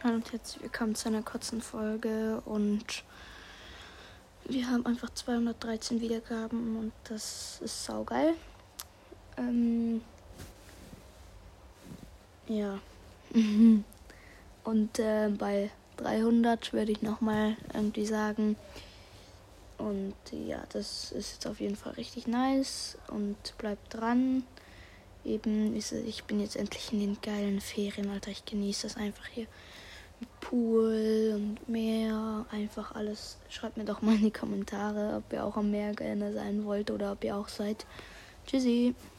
Hallo und herzlich willkommen zu einer kurzen Folge und wir haben einfach 213 Wiedergaben und das ist saugeil. Ja. Und bei 300 würde ich nochmal irgendwie sagen. Und ja, das ist jetzt auf jeden Fall richtig nice und bleibt dran. Ich bin jetzt endlich in den geilen Ferien, Alter. Ich genieße das einfach hier. Pool und Meer, einfach alles. Schreibt mir doch mal in die Kommentare, ob ihr auch am Meer gerne sein wollt oder ob ihr auch seid. Tschüssi.